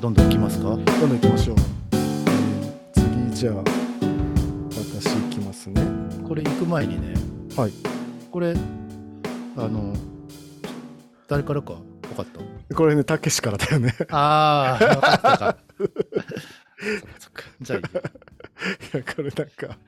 どんどん行きますか。 どんどん行きましょう。次じゃあ私行きますね。 これ行く前にね、 はい。 これ誰からか分かった？ これね、たけしからだよね。 ああ、分かったか。そっかそっか。じゃあいいよ。 いや、これ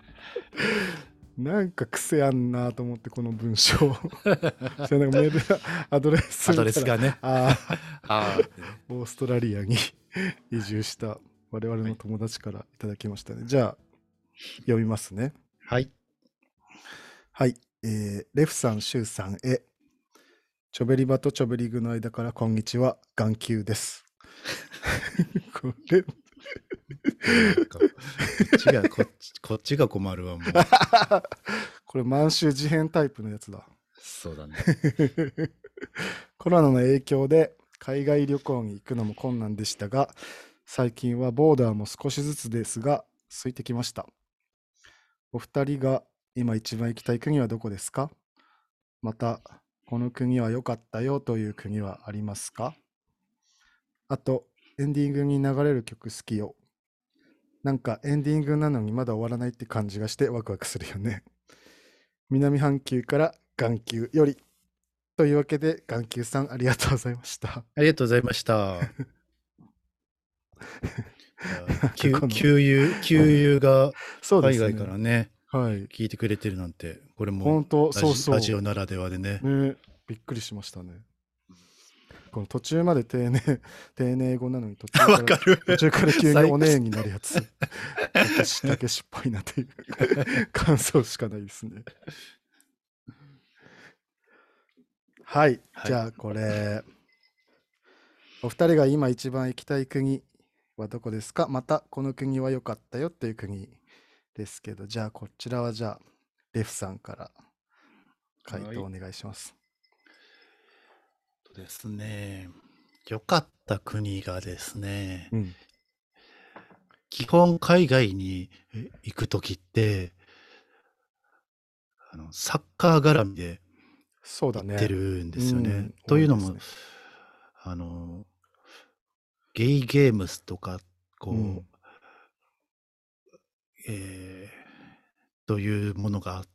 なんか癖あんなと思って、この文章。それなんかメールアドレスア見たらドレスがね。 ああーオーストラリアに移住した我々の友達からいただきましたね。じゃあ読みますね。 はい。 はい。レフさん、シュウさんへ。チョベリバとチョベリグの間からこんにちは、眼球です。これなんかこっちが困るわもう。 これ満州事変タイプのやつだ。 そうだね。 コロナの影響で海外旅行に行くのも困難でしたが、最近はボーダーも少しずつですが空いてきました。お二人が今一番行きたい国はどこですか？また、この国は良かったよという国はありますか？あと、エンディングに流れる曲好きよ。なんかエンディングなのにまだ終わらないって感じがしてワクワクするよね。南半球から眼球より。というわけで、眼球さんありがとうございました。 ありがとうございました。給油が海外からね、 はい。 聞いてくれてるなんて、これも本当、そう。 ラジオならではでね。 ね、びっくりしましたね。この途中まで丁寧語なのに途中から急にお姉になるやつ。たけしっぽいなという感想しかないですね。はい。じゃあこれ、お二人が今一番行きたい国はどこですか？またこの国は良かったよっていう国ですけど、じゃあこちらはレフさんから回答お願いします。 ですね、良かった国がですね、基本海外に行くときってサッカー絡みで行ってるんですよね。というのも、ゲイゲームスとかこう、というものがあって、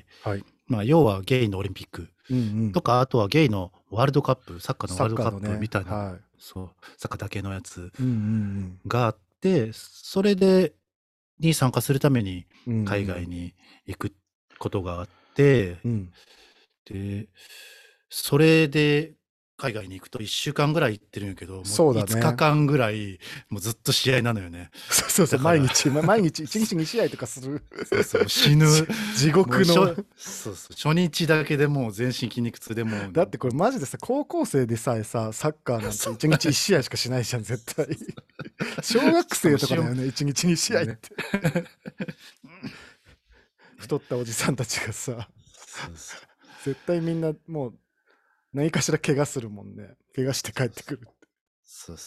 はい。 まあ要はゲイのオリンピックとか、あとはゲイのワールドカップ、サッカーのワールドカップみたいな、そうサッカーだけのやつがあって、それに参加するために海外に行くことがあって、でそれで海外に行くと1週間ぐらい行ってるんやけど、もう5日間ぐらいもうずっと試合なのよね。 そう毎日1日2試合とかする。 そう死ぬ地獄のそう初日だけでもう全身筋肉痛でもうだってこれマジでさ、高校生でさえさ、サッカーなんて1日1試合しかしないじゃん絶対。小学生とかだよね、1日2試合って。太ったおじさんたちがさ、絶対みんなもう何かしら怪我するもんね。怪我して帰ってくるって。 そう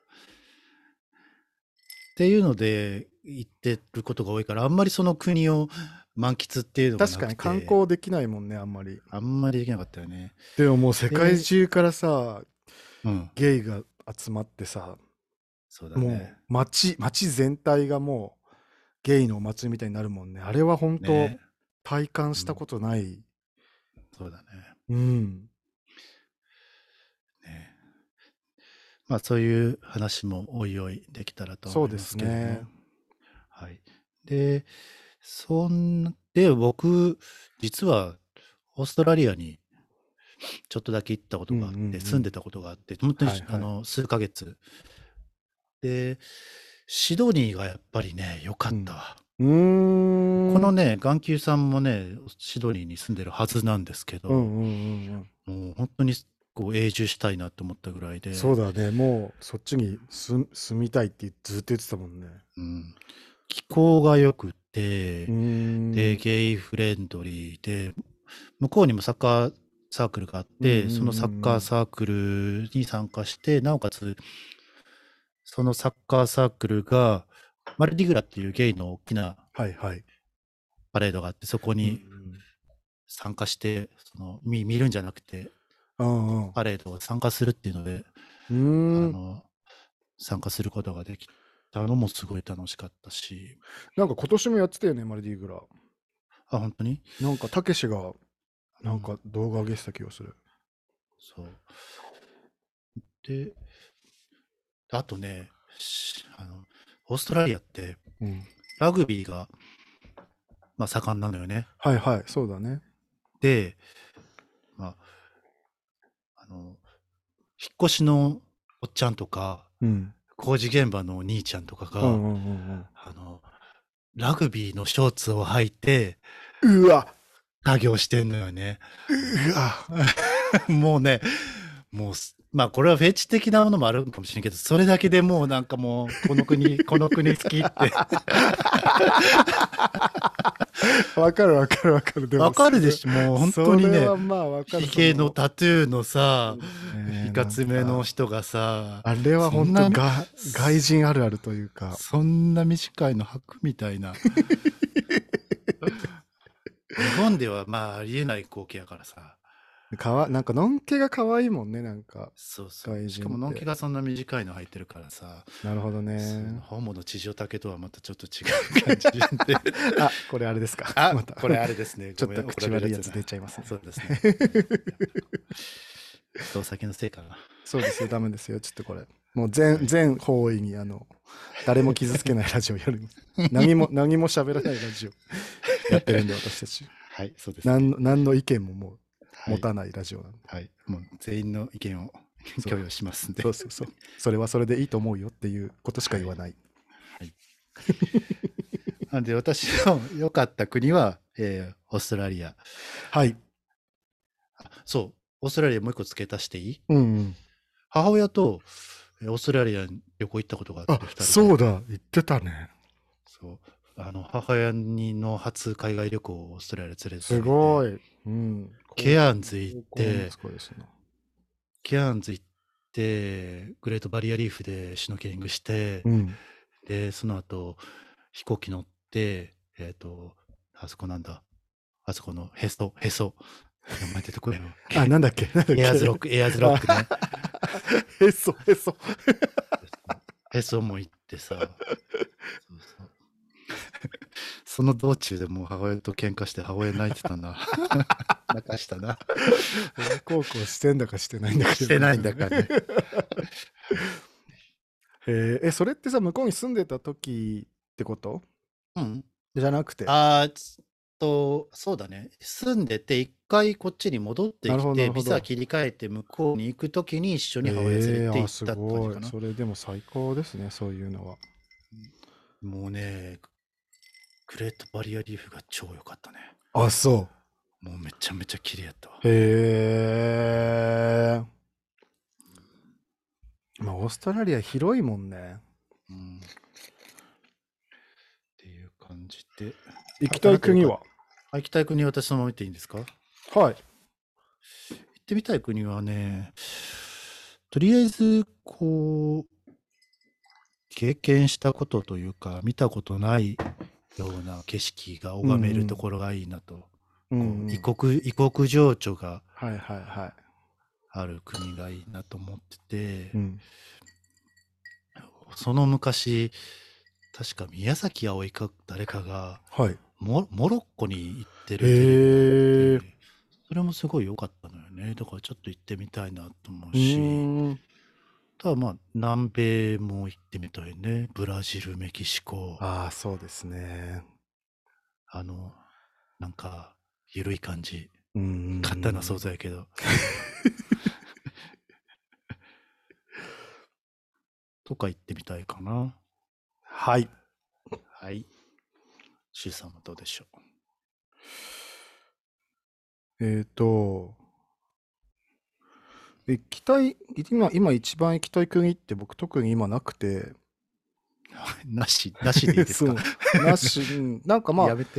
っていうので行ってることが多いから、あんまりその国を満喫っていうのがなくて。 確かに観光できないもんね、あんまりできなかったよね。 でももう世界中からさ、ゲイが集まってさ、 そうだね、 もう街全体がもうゲイのお祭りみたいになるもんね。あれは本当、体感したことない。 そうだね。まあそういう話もおいおいできたらと思いますけども。そうですね。はい。で、僕、実はオーストラリアにちょっとだけ行ったことがあって、住んでたことがあって、本当に、数ヶ月。で、シドニーがやっぱりね、良かったわ。このね、眼球さんもね、シドニーに住んでるはずなんですけど、もう本当にこう永住したいなと思ったぐらいで。 そうだね、もうそっちに住みたいってずっと言ってたもんね。 気候が良くて、で、ゲイフレンドリーで、向こうにもサッカーサークルがあって、そのサッカーサークルに参加して、なおかつ、そのサッカーサークルが、マルディグラっていうゲイの大きなパレードがあって、そこに参加して、見るんじゃなくて、パレードを参加するっていうので、 参加することができたのもすごい楽しかったし。 なんか今年もやってたよね、マルディグラ。 あ、本当に？ なんかたけしがなんか動画上げてた気がする。 そう。で、あとね、オーストラリアって、ラグビーが、まあ、盛んなのよね。 はいはい、そうだね。 で、まあ、引っ越しのおっちゃんとか、工事現場のお兄ちゃんとかが、ラグビーのショーツを履いて、 うわ作業してんのよね。 うわもうね、もう、まあこれはフェチ的なものもあるかもしれんけど、それだけでもうなんかもう、この国好きって。 わかるわかるわかる。 わかるでしょ、もう本当にね、ヒゲのタトゥーのさ、いかつめの人がさ、 あれは本当外人あるあるというか。 そんな短いの履くみたいな。日本ではまあありえない光景やからさ。 なんかのんけが可愛いもんね、なんか。 そうそう。しかものんけがそんな短いの履いてるからさ。 なるほどね。 ホモの地上丈とはまたちょっと違う感じで。 あ、これあれですか。 あ、またこれあれですね。 ちょっと口悪いやつ出ちゃいますね。 そうですね。お酒のせいかな。 そうですよ、ダメですよ。ちょっとこれ。もう全方位に誰も傷つけないラジオやる。何も喋らないラジオやってるんで、私たち。 はい、そうですね。 何の意見ももう持たないラジオなんで。 はい、もう全員の意見を共有しますんで。 そう。それはそれでいいと思うよっていうことしか言わない。 はい。なんで私の良かった国は、オーストラリア。 はい。 そう、オーストラリアもう一個付け足していい？ 母親とオーストラリアに旅行行ったことがあって、2人で。 そうだ、言ってたね。 そう。母親の初海外旅行をオーストラリア連れてすごい。 ケアンズ行って、ケアンズ行って、グレートバリアリーフでシュノーケリングして、で、その後、飛行機乗って、あそこなんだ。あそこのへそ。名前出てこないの。 あ、なんだっけエアーズロックね。 へそ。 へそも行ってさ。そう。その道中でもう母親と喧嘩して母親泣いてたな。泣かしたな。 高校してんだかしてないんだか。 してないんだかね。 それってさ、向こうに住んでた時ってこと？じゃなくて。 そうだね。住んでて、一回こっちに戻ってきて、ビザ切り替えて向こうに行くときに一緒に母親連れて行ったって感じかな。 それでも最高ですね、そういうのは。 もうね、グレートバリアリーフが超良かったね。 あ、そう。 もうめちゃめちゃ綺麗やったわ。 まあ、オーストラリア広いもんね。 っていう感じで。 行きたい国は？ 行きたい国は私そのまま言っていいんですか？ はい。 行ってみたい国はね、とりあえず、経験したことというか、見たことないような景色が拝めるところがいいなと。異国情緒がある国がいいなと思ってて、その昔、確か宮崎あおいか誰かが、モロッコに行ってるテレビがあって、それもすごい良かったのよね。だからちょっと行ってみたいなと思うし、ただまあ南米も行ってみたいね。ブラジル、メキシコ。 ああ、そうですね。 なんか緩い感じ。簡単な想像やけど。とか行ってみたいかな。 はい。 はい。シュウさんはどうでしょう？行きたい、今一番行きたい国って僕特に今なくて。 なしでいいですか？ なし、なんかまあ。 やめて。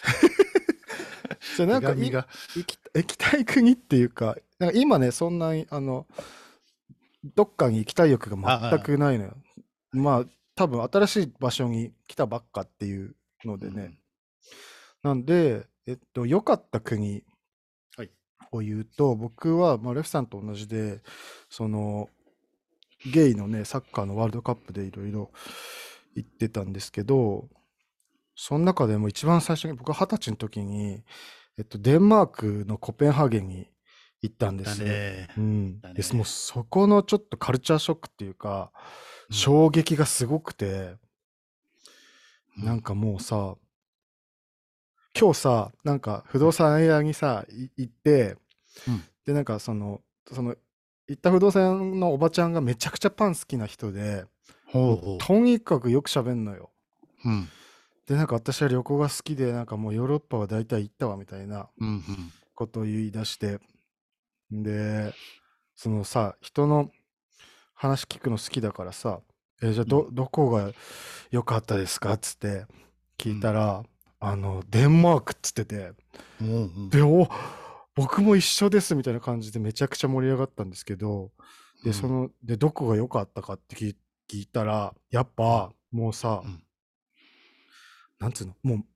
じゃなんか行きたい国っていうか、なんか今ね、そんなにどっかに行きたい欲が全くないのよ。まあ多分新しい場所に来たばっかっていうのでね。なんで、良かった国を言うと、僕は、レフさんと同じで、 ゲイのね、サッカーのワールドカップでいろいろ行ってたんですけど、その中でも一番最初に僕は20歳の時に、デンマークのコペンハーゲンに行ったんでだす。 ね。 うん。 だで、もうね。 そこのちょっとカルチャーショックっていうか、 うん。 衝撃がすごくて、なんうん。 かもうさ、今日さ、なんか不動産屋にさ、行って、 うん。 で、なんか行った不動産のおばちゃんがめちゃくちゃパン好きな人で、もうほうほとにかくよく喋んのよ。 う。うん。 で、なんか私は旅行が好きで、なんかもうヨーロッパは大体行ったわみたいなうん。うん。 ことを言い出して、で、そのさ、人の話聞くの好きだからさ、じゃあうん。 どこが良かったですかっつって聞いたうん。 ら、デンマークっつってて、 うん。 で、僕も一緒ですみたいな感じでめちゃくちゃ盛り上がったんですけど、で、 うん。 どこが良かったかって聞いたら、やっぱもうさう、ん。 なんつうの、もう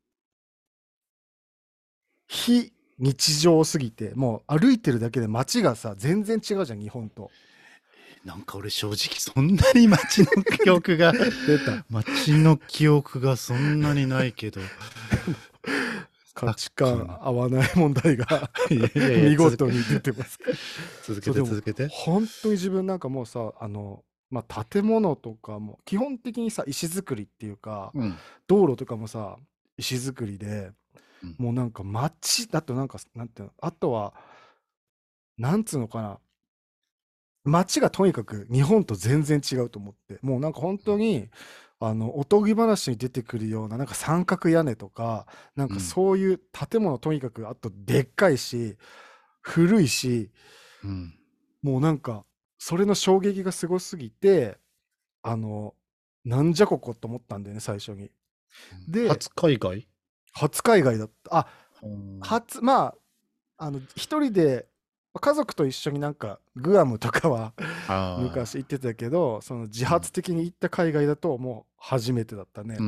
非日常すぎて、もう歩いてるだけで街がさ、全然違うじゃん、日本と。 なんか俺正直そんなに街の記憶が出た。 街の記憶がそんなにないけど価値観合わない問題がいやいやいや見事に出てますか。 続けそうでもて続けて。 本当に自分なんかもうさ、まあ、建物とかも基本的にさ、石造りっていうか、 うん。 道路とかもさ、石造りで、 うん。 もうなんか街だとなんか、なんていうの、あとは、なんつうのかな、街がとにかく日本と全然違うと思って、もうなんか本当に、おとぎ話に出てくるような、なんか三角屋根とか、なんかうん。 そういう建物とにかく、あとでっかいし、古いし、 うん。 もうなんか、それの衝撃がすごすぎて、あの、なんじゃここと思ったんだよね、最初に。で、 初海外。 初海外だった。 うん。 まあ、一人で、家族と一緒になんか、グアムとかはあ昔行ってたけど、その自あ。うん。 発的に行った海外だともう初めてだったね。 うん。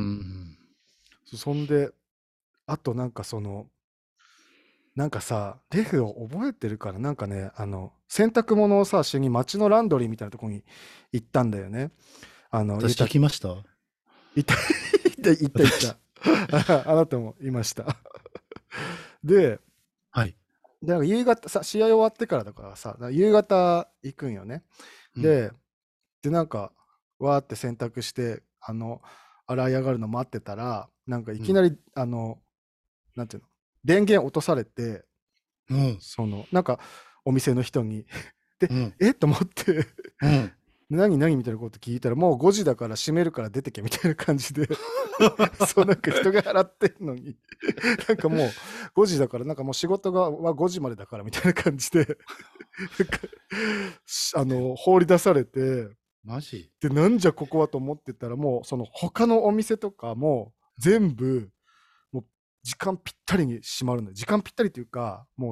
そんで、あとなんかなんかさ、レフを覚えてるから、なんかね、洗濯物をさ、しに街のランドリーみたいなところに行ったんだよね。言っ私た、 行きました。 行った、行った、行った、行った。あなたもいました。で、 はい。 なんか夕方さ、試合終わってからだからさ、夕方行くんよね。 うん。 で、なんか、わーって洗濯して、洗い上がるの待ってたら、なんかいうん。 きなり、なんていうの、電源落とされて、 うん。 なんか、お店の人にで、 うん。 と思ってうん。 何みたいなこと聞いたら、もう5時だから閉めるから出てけみたいな感じでそう、なんか人が払ってんのになんかもう5時だから、なんかもう仕事は5時までだからみたいな感じでなんか放り出されて、 マジ。 で、なんじゃここはと思ってたら、もうその他のお店とかも全部、もう時間ぴったりに閉まるのよ。時間ぴったりっていうか、もう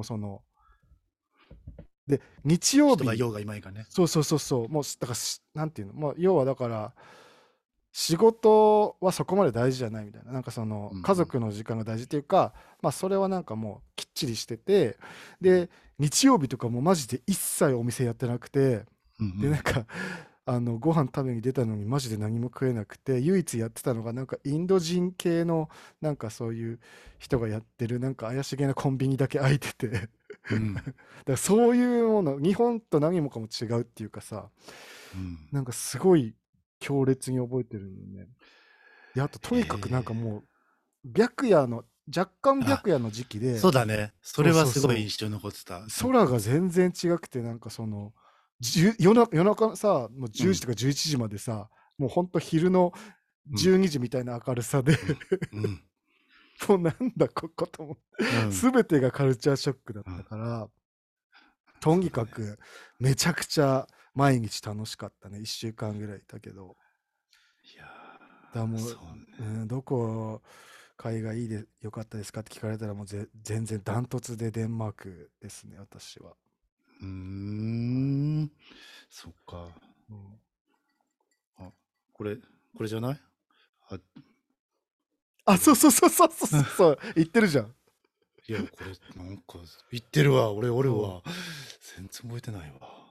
で、日曜日、 人が用がいまいかね。 そうそうそうそう、もうだからなんていうの、もう要はだから、仕事はそこまで大事じゃないみたいな、なんかうん。 家族の時間が大事っていうか、まあそれはなんかもうきっちりしてて、 うん。 で、日曜日とかもマジで一切お店やってなくて、で、なんうん。 か、ご飯食べに出たのにマジで何も食えなくて、唯一やってたのがなんかインド人系のなんかそういう人がやってるなんか怪しげなコンビニだけ開いててだかうん。 らそういうもの、日本と何もかも違うっていうかさ、 うん。 なんかすごい強烈に覚えてるんだよね。で、あととへにかくなんかえ。 もう若干あ、 白夜の時期で、 そうだね。そそうれはそうそすごい印象に残ってた。 う、 なんか。 空が全然違くて、なんか夜中さ、もう10時うん。 とか11時までさ、もうほんと昼のうん。 12時みたいな明るさでうん。うん。 もうなんだここと思って、 うん。 全てがカルチャーショックだっうん。 たから、とにそうだね。 かくめちゃくちゃ毎日楽しかったね。1週間ぐらいいたけど。 いやもう、 そうね。 どこ海外いいでよかったですかって聞かれたらもう全然ダントツでデンマークですね、私は。 うーん。そっか。 うん、 あ、これじゃない？あ、 あ、 これ。 そうそうそうそうそうそう、言ってるじゃん。 いや、これ、なんか、言ってるわ。俺、おるそう。 わ。全然覚えてないわ。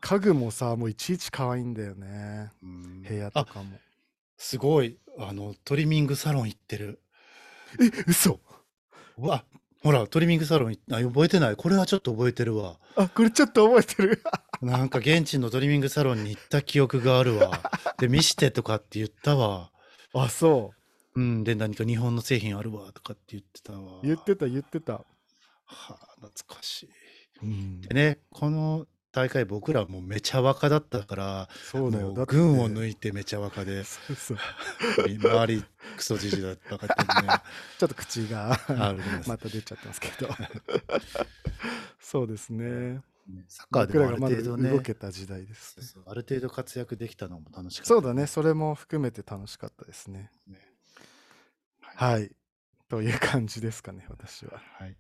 家具もさ、もういちいち可愛いんだよね。部屋とかも。 すごい。トリミングサロン行ってる。 嘘。 うわ、ほら、トリミングサロン覚えてない。これはちょっと覚えてるわ。 これちょっと覚えてる。 なんか現地のトリミングサロンに行った記憶があるわ。で、見してとかって言ったわ。 そう。 で、何か日本の製品あるわとかって言ってたわ。 言ってた。 はあ、懐かしい。でね、この大会僕らもうめちゃ若だったから、 そうだよ。 もう群を抜いてめちゃ若で、周りクソじじだったかったね。 ちょっと口がまた出ちゃってますけど。そうですね。 サッカーでもある程度ね、 動けた時代ですね。 ある程度活躍できたのも楽しかった。 そうだね。それも含めて楽しかったですね。はい。という感じですかね、私は。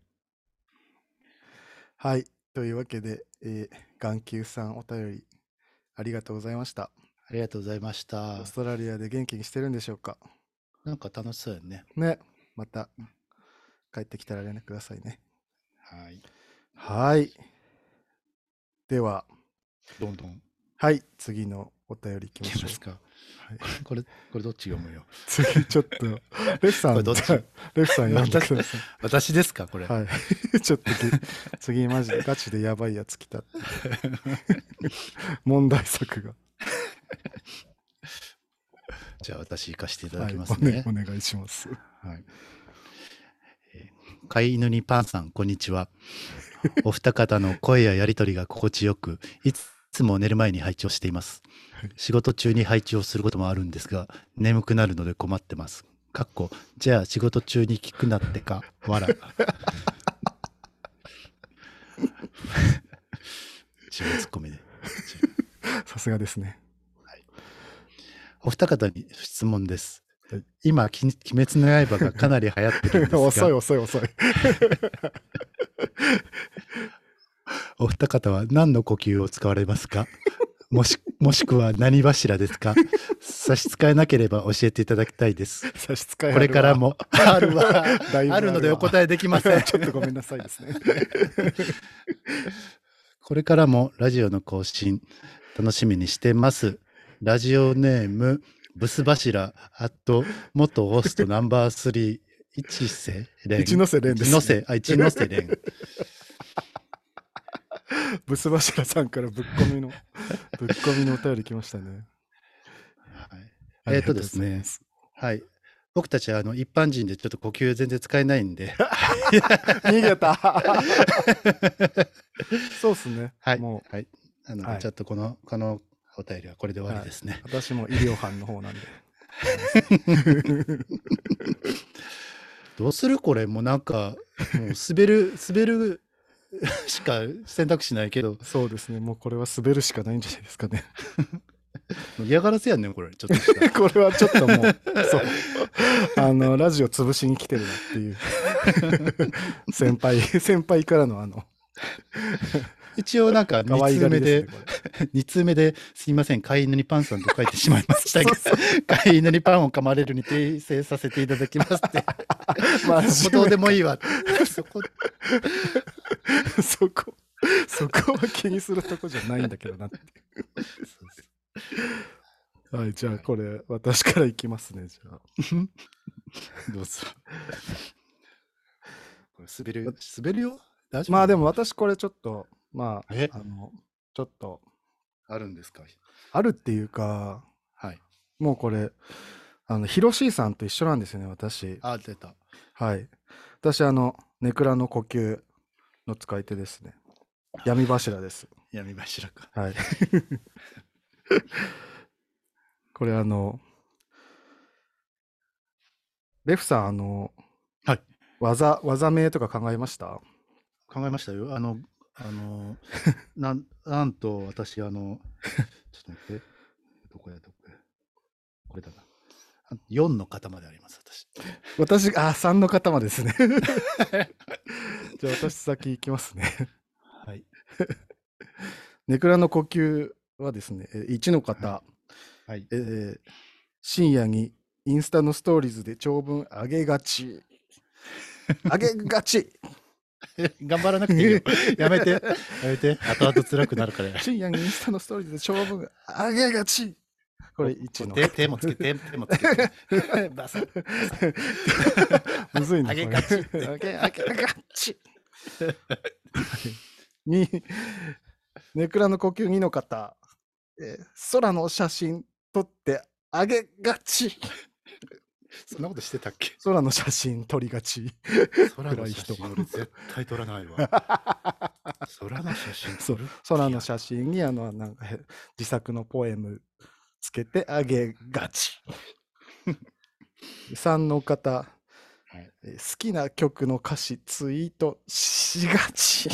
はい。というわけで、眼球さんお便りありがとうございました。 ありがとうございました。 オーストラリアで元気にしてるんでしょうか。 なんか楽しそうやね。 ね。また帰ってきたら連絡くださいね。 はい。 はい。では、 どんどん。 はい。次のお便りいきましょう。 これどっち読むよ。 次ちょっと、レフさん、 レフさん読んでください。 私ですか、これ。 はい。ちょっと次マジでガチでやばいやつ来たって。問題作が。 じゃあ私行かせていただきますね。 お願いします。 はい。飼い犬にパンさん、こんにちは。お二方の声ややりとりが心地よく、いつも寝る前に配置をしています。仕事中に配置をすることもあるんですが、眠くなるので困ってます。じゃあ仕事中に聞くなってか、わら。自分ツッコミで。 さすがですね。 お二方に質問です。今、鬼滅の刃がかなり流行ってるんですが遅い。 お二方は何の呼吸を使われますか？もしくは何柱ですか？差し支えなければ教えていただきたいです。 差し支えこれからもあるのでお答えできません。 ちょっとごめんなさいですね。 これからもラジオの更新楽しみにしてます。ラジオネームブス柱元ホストナンバー3一瀬蓮。 一ノ瀬蓮ですね。 一ノ瀬蓮。 ブス柱さんからぶっ込みのお便り来ましたね。 はい。ですね。はい。僕たち一般人でちょっと呼吸全然使えないんで。 逃げた。そうですね。 はい。 もう。 はい。ちょっとこのお便りはこれで終わりですね。 私も医療班の方なんで。 どうするこれもうなんかもう滑るしか選択肢ないけど。 そうですね。もうこれは滑るしかないんじゃないですかね。 嫌がらせやねんこれ。ちょっとこれはちょっともうそうラジオ潰しに来てるなっていう先輩からの一応なんか2通目ですいません飼い犬にパンさんと書いてしまいましたけど飼い犬にパンを噛まれるに訂正させていただきますってそこどうでもいいわそこは気にするとこじゃないんだけどなってはいじゃあこれ私からいきますねじゃあどうぞこれ滑るよまあでも私これちょっとまあちょっとあるんですか？ あるっていうか、 はい。 もうこれヒロシーさんと一緒なんですよね私。 出た。 はい。私ネクラの呼吸の使い手ですね。闇柱です。 闇柱か。 はい。これレフさんはい。 技名とか考えました？ 考えましたよ。なんと私ちょっと待ってどこやこれだな。4の型まであります私3の型までですね。じゃあ私先行きますね。 はい。 ネクラの呼吸はですね1の型、 はい。 深夜にインスタのストーリーズで長文上げがち頑張らなくていいよ。やめて。やめて。後々辛くなるから。 深夜にインスタのストーリーで長文上げがち。これ1の。 手もつけて、手もつけて。バサッ。 むずいな。 上げがち。 上げがち。2、ネクラの呼吸2の方。空の写真撮ってあげがち。 そんなことしてたっけ？ 空の写真撮りがち。 空の写真俺絶対撮らないわ。空の写真撮る？ 空の写真になんか自作のポエムつけてあげがち。3の方、はい、好きな曲の歌詞ツイートしがち。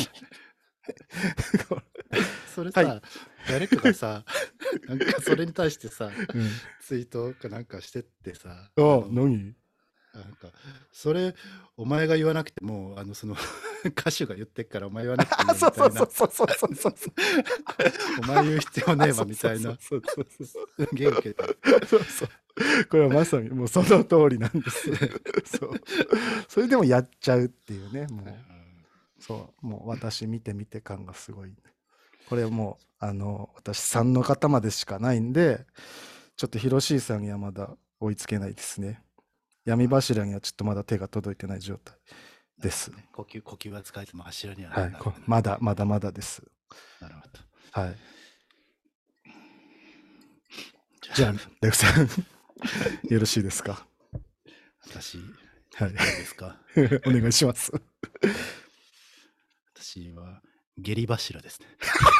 それさ、はい、誰かがさ、なんかそれに対してさ、ツイートかなんかしてってさ、 何？ なんかそれお前が言わなくてもその歌手が言ってっからお前言わなくてもみたいな、 そうお前言う必要ねえわみたいな、元気で、 これはまさにもうその通りなんですよ。それでもやっちゃうっていうね、もうそうもう私見て感がすごい。これもう私3の方までしかないんで、ちょっとヒロシーさんにはまだ追いつけないですね。闇柱にはちょっとまだ手が届いてない状態です。 呼吸は使えても柱には、 はい、まだです。 なるほど。 はい。じゃあレフさんよろしいですか？ 私、 はい。 ですか？ お願いします。 私は下痢柱ですね。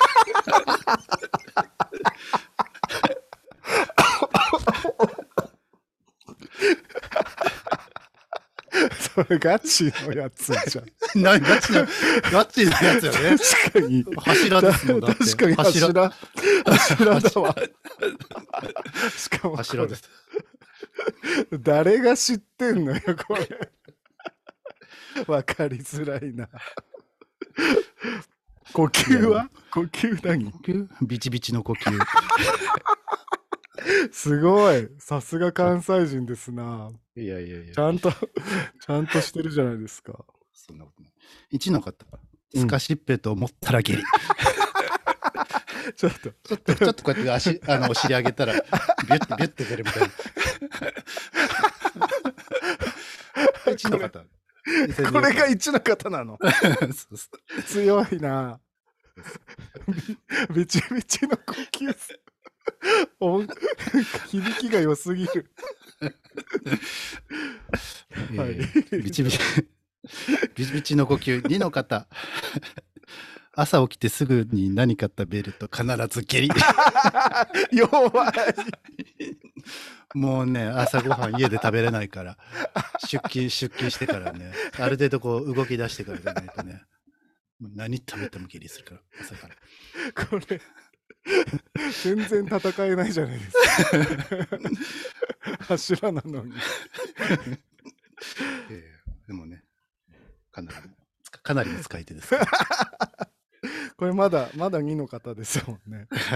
それガチのやつじゃん。 ガチのやつよね。 確かに。 柱ですもん。 確かに柱だわ。しかも柱です。 誰が知ってんのよ、これ。わかりづらいな。呼吸何？ ビチビチの呼吸。 すごい。さすが関西人ですな。 いや。 ちゃんとしてるじゃないですか。 そんなことない。1の方、スカシッペと思ったら下痢。ちょっとこうやってお尻上げたらビュッて出るみたいな。1の方。 これが1の方なの？強いな。ビチビチの呼吸。響きが良すぎる。 はい、ビチビチの呼吸2の方。朝起きてすぐに何か食べると必ず下痢。 弱い。 もうね、朝ごはん家で食べれないから、出勤してからね、ある程度こう動き出してからじゃないとね、何食べても下痢するから、朝から。 これ全然戦えないじゃないですか。柱なのに。 でもね、かなりの使い手ですから。 これまだ2の方ですもんね。 はい。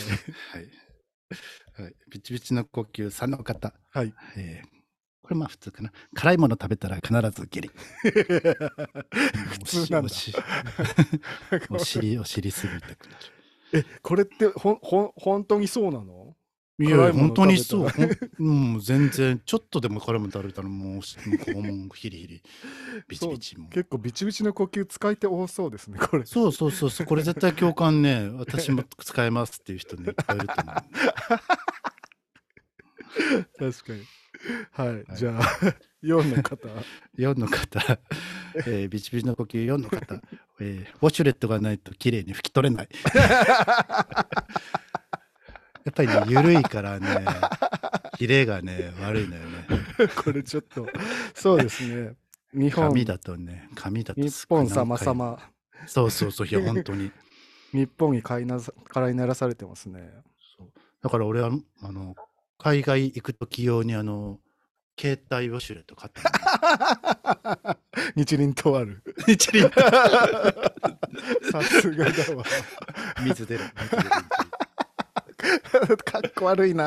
ビチビチの呼吸3の方。 はい。 これまあ普通かな。辛いもの食べたら必ず下痢。 普通なんだ。 お尻すぐ痛くなる。 これって本当にそうなの？ いや、本当にそう。もう全然、ちょっとでも辛いもの食べたらもうヒリヒリ、ビチビチも。 結構ビチビチの呼吸使い手多そうですね、これ。 そう。これ絶対共感ね、私も使えますっていう人ね、いっぱいいると思う。 確かに。はい、じゃあ、4の方。 4の方、ビチビチの呼吸4の方、ウォシュレットがないと綺麗に拭き取れない。やっぱりね、緩いからね、キレがね、悪いのよね。 これちょっと、そうですね。 紙だと日本様。 そう、いや、本当に。 日本に飼いならされてますね。 そうだから俺は、海外行くとき用に携帯ウォシュレット買ったの。 日輪刀ある。 日輪刀。 さすがだわ。 水出る。 かっこ悪いな。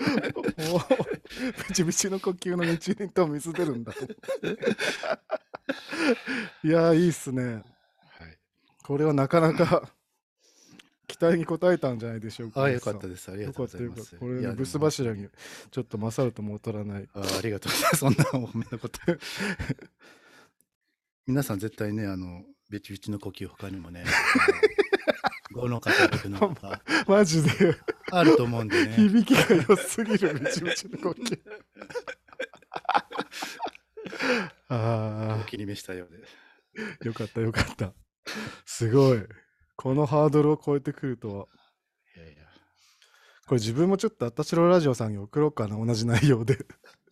ビチビチの呼吸の日輪刀水出るんだ。 いやー、いいっすね。 はい。 これはなかなか期待に応えたんじゃないでしょうか。 あ、よかったです。ありがよかったよかった。 とうございます。 これね、 いや、でブも本当ス柱にに。 ちょっと勝るとも劣らない。 ありがとうございます。そんなお褒めのこと。皆さん絶対ね、ベチベチの呼吸他にもね、語の方僕の方、 マジであると思うんでね。 響きが良すぎる、めちゃめちゃの呼吸。あお気に召したようで。 あ、よかったよかった。すごい。このハードルを超えてくるとは。 いやいや。 これ自分もちょっとあたしろラジオさんに送ろうかな、同じ内容で。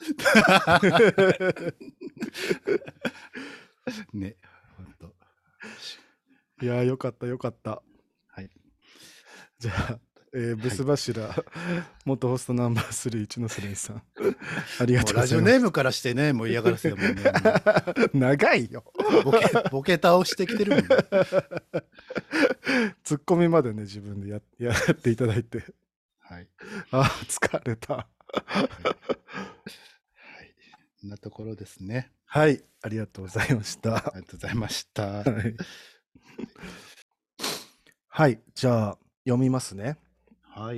ね、ほんと。 いやー、よかったよかった。 はい。 じゃあ、ブス柱、元ホストナンバー3一ノ瀬廉さん。ありがとうございます。 ラジオネームからしてね、もう嫌がらせだもんね。 長いよ。 ボケ倒してきてるもんね。 ツッコミまでね、自分でやっていただいて。 はい。 ああ、疲れた。 はい。こんなところですね。 はい、ありがとうございました。 ありがとうございました。 はい。はい、じゃあ、読みますね。 はい。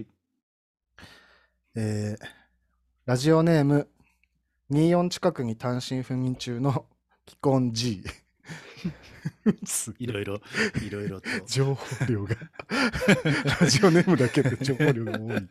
ラジオネーム、24近くに単身赴任中の既婚 G。 いろいろと。 情報量が。ラジオネームだけで情報量が多い。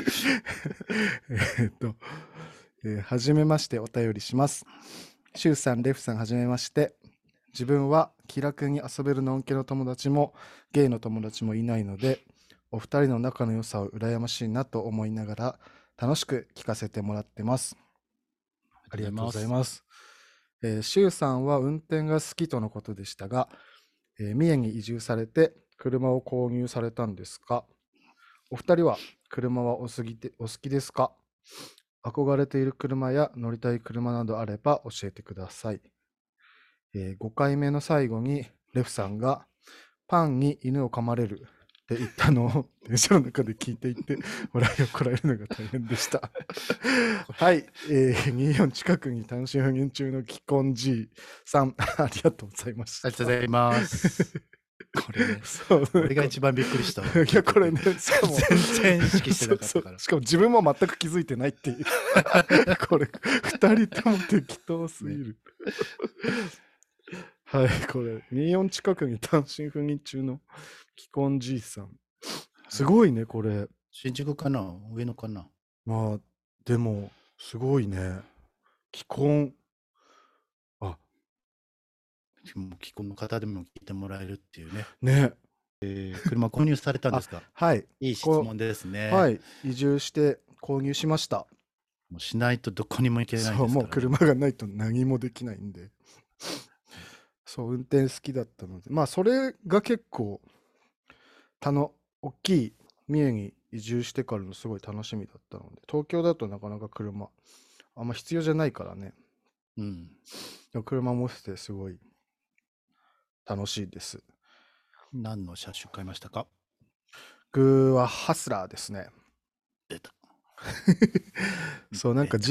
はじめましてお便りします。シュウさん、レフさん、はじめまして。自分は気楽に遊べるのんけの友達もゲイの友達もいないので、お二人の仲の良さを羨ましいなと思いながら楽しく聞かせてもらってます。ありがとうございます。シュウさんは運転が好きとのことでしたが、三重に移住されて車を購入されたんですか？お二人は車はお好きですか？憧れている車や乗りたい車などあれば教えてください。5回目の最後にレフさんがパンに犬を噛まれるって言ったのを電車の中で聞いていて笑いをこらえるのが大変でした。はい、24近くに単身赴任中の既婚 G さん、ありがとうございました。 ありがとうございます。これね、 そう俺が一番びっくりしたわ。 いや、これね、しかも全然意識してなかったから。 しかも自分も全く気づいてないっていう。これ、2人とも適当すぎる。ね、はい、これ、24近くに単身赴任中の既婚 G さん。すごいね、これ。 新宿かな？上野かな？ まあ、でも、すごいね。既婚。 既婚の方でも聞いてもらえるっていうね。 ね。 車購入されたんですか？ はい。 いい質問ですね。 はい。移住して購入しました。 もうしないとどこにも行けないですから、ね。 そう、もう車がないと何もできないんで。そう、運転好きだったので。まあ、それが結構、大きい三重に移住してからのすごい楽しみだったので、東京だとなかなか車、あんま必要じゃないからね。 うん。 でも車持っててすごい楽しいです。 何の車種買いましたか？ 僕はハスラーですね。 出た。 そう、なんか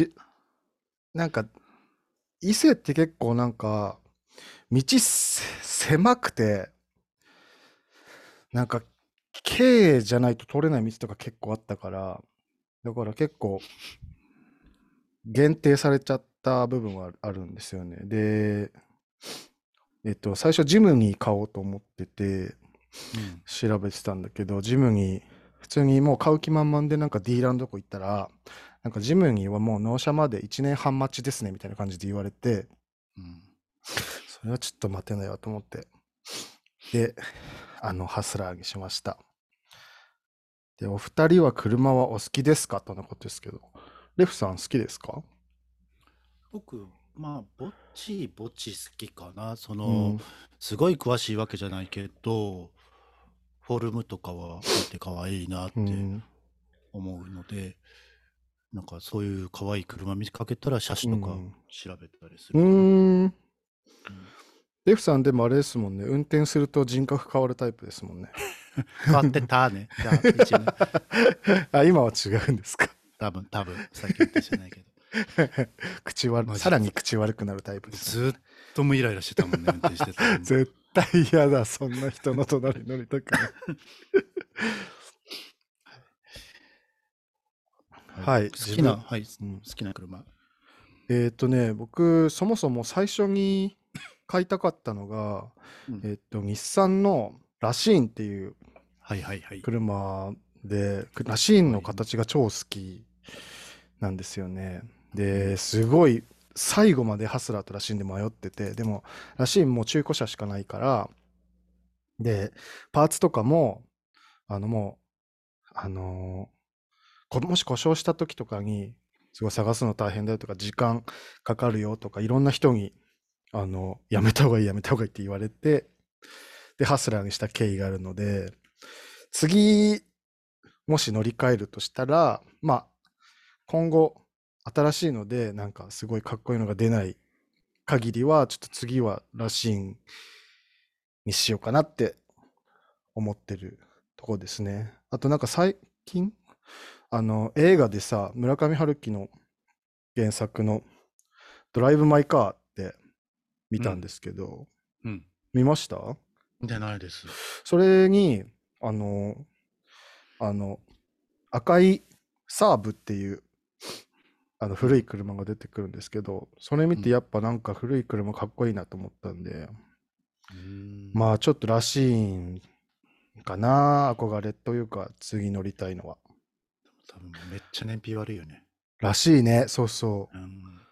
伊勢って結構なんか、道狭くて、なんか、経営じゃないと通れない道とか結構あったから、だから結構、限定されちゃった部分はあるんですよね。で、最初ジムニー買おうと思ってて、調べてたんだけど、ジムニー、普通にもう買う気満々でなんかディーラーのとこ行ったら、なんかジムニーはもう納車まで1年半待ちですねみたいな感じで言われて、それはちょっと待てないわと思って、で、ハスラーにしました。で、お二人は車はお好きですかとのことですけど、レフさん好きですか？ 僕、まあ、ぼちぼち好きかな。すごい詳しいわけじゃないけど、フォルムとかは見て可愛いなって思うので、なんかそういう可愛い車見かけたら車種とか調べたりする。 レフさんでもあれですもんね、運転すると人格変わるタイプですもんね。 変わってたね。じゃあ、一応あ、今は違うんですか？ 多分、さっき言ったじゃないけど。 さらに口悪くなるタイプです、 ね。 ともイライラしてたもんね、運転してた絶対嫌だ、そんな人の隣に乗りたくない。はい、 好きな、はい、好きな車。 僕、そもそも最初に買いたかったのが、日産のラシーンっていう車で、ラシーンの形が超好きなんですよね。で、すごい最後までハスラーとラシーンで迷ってて、でもラシーンも中古車しかないから、で、パーツとかも、もし故障した時とかに、すごい探すの大変だよとか、時間かかるよとか、いろんな人に、やめた方がいいって言われて、で、ハスラーにした経緯があるので、次、もし乗り換えるとしたら、まあ、今後、新しいので、なんかすごいかっこいいのが出ない限りは、ちょっと次はラシーンにしようかなって思ってるとこですね。あとなんか最近、映画でさ、村上春樹の原作のドライブ・マイ・カーって見たんですけど、見ました？ 見てないです。 それに、赤いサーブっていう古い車が出てくるんですけど、それ見てやっぱなんか古い車かっこいいなと思ったんで、まあちょっとらしいんかな、憧れというか次乗りたいのは。 多分めっちゃ燃費悪いよね。 らしいね、そうそう。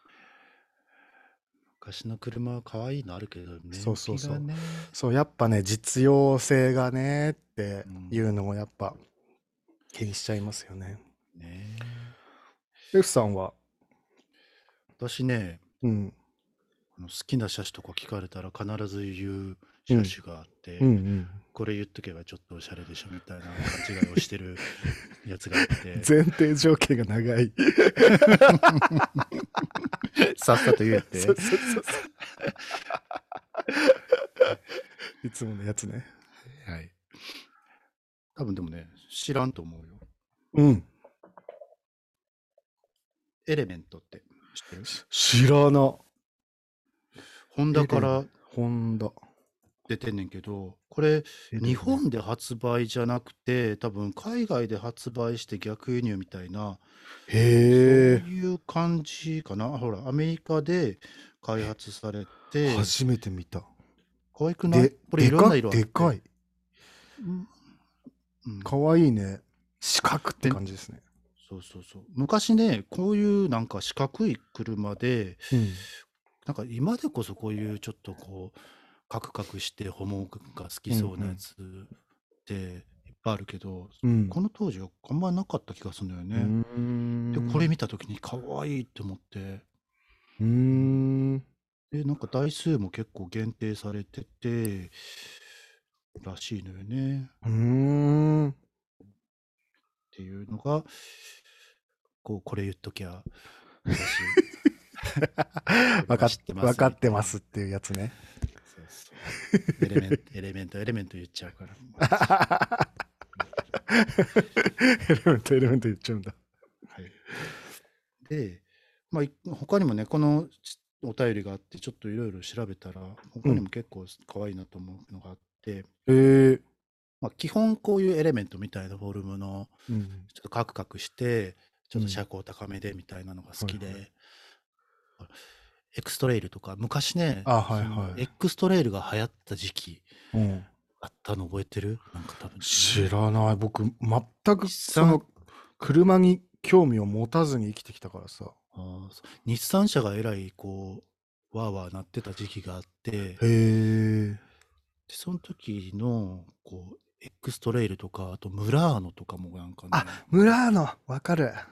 昔の車は可愛いのあるけど、 そうそうそう。そう、やっぱね、実用性がねっていうのもやっぱ気にしちゃいますよね。F さんは？ 私ね、好きな車種とか聞かれたら必ず言う車種があって、これ言っとけばちょっとおしゃれでしょみたいな勘違いをしてるやつがあって。 前提条件が長い。 さっさと言えて。 いつものやつね。 はい。多分でもね、知らんと思うよ。エレメントって知ってる？ 知らな。 ホンダから出てんねんけど、これ日本で発売じゃなくて、多分海外で発売して逆輸入みたいな、そういう感じかな。ほら、アメリカで開発されて。 初めて見た。 可愛くない？これいろんな色あって。 でかい。かわいいね。四角って感じですね。 そうそうそう。昔ね、こういうなんか四角い車で、なんか今でこそこういうちょっとこう、カクカクしてホモが好きそうなやつっていっぱいあるけど、この当時はあんまなかった気がするんだよね。で、これ見た時に可愛いって思って。で、なんか台数も結構限定されてて、らしいのよね。っていうのが、これ言っときゃ、私、 分かってますっていうやつね。 そうそう。エレメント言っちゃうから。 エレメント言っちゃうんだ。 はい。で、まあ、他にもね、このお便りがあって、ちょっといろいろ調べたら、他にも結構可愛いなと思うのがあって、まあ、基本こういうエレメントみたいなフォルムの、ちょっとカクカクして、ちょっと車高高めでみたいなのが好きで、エクストレイルとか、昔ね、エクストレイルが流行った時期あったの覚えてる？なんか多分知らない。僕、全くその車に興味を持たずに生きてきたからさ。 日産車がえらいこうわーわーなってた時期があって、 でその時のこうエクストレイルとか、あとムラーノとかもなんかね。 ムラーノわかる。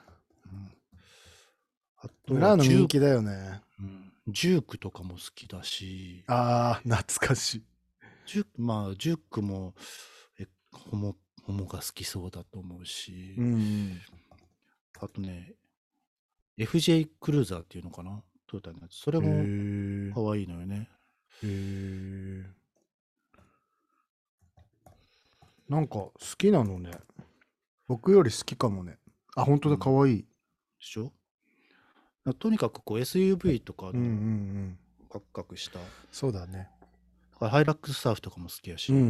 あとムラーノ人気だよね。 ジュークとかも好きだし。 懐かしい。 ジュークもホモが好きそうだと思うし、あとね、FJ クルーザーっていうのかな、トヨタのやつ。それも可愛いのよね。 なんか好きなのね。僕より好きかもね。本当だ、可愛い。 でしょ？とにかくこう SUV とかのカクカクした。 そうだね。 だからハイラックスサーフとかも好きやし。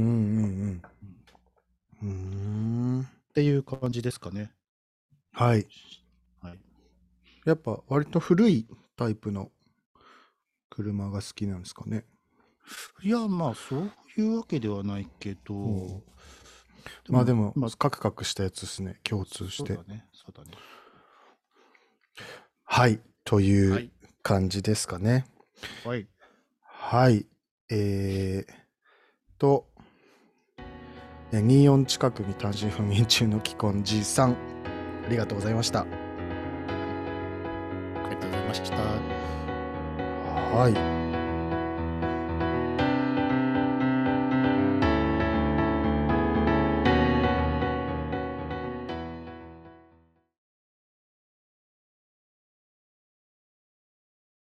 っていう感じですかね。 はい。 はい。 やっぱ割と古いタイプの車が好きなんですかね。 いや、まあそういうわけではないけど、 まあでも、カクカクしたやつですね、共通して。 そうだね。 はい、という感じですかね。 はい。 はい。24近くに単身赴任中の既婚じいさん、ありがとうございました。 ありがとうございました。 はい。